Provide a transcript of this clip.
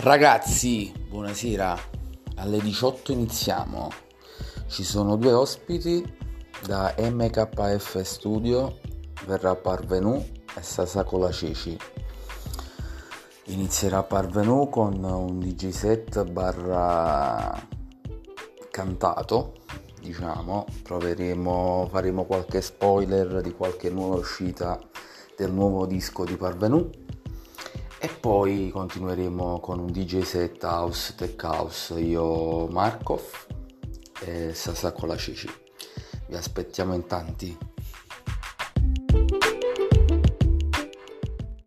Ragazzi, buonasera. Alle 18 iniziamo. Ci sono due ospiti da MKF Studio. Verrà Parvenu e Sasacola Ceci. Inizierà Parvenu con un DJ set barra cantato, diciamo. Faremo qualche spoiler di qualche nuova uscita del nuovo disco di Parvenu. E poi continueremo con un DJ set house, tech house, io Markov e Sasacola Ceci. Vi aspettiamo in tanti.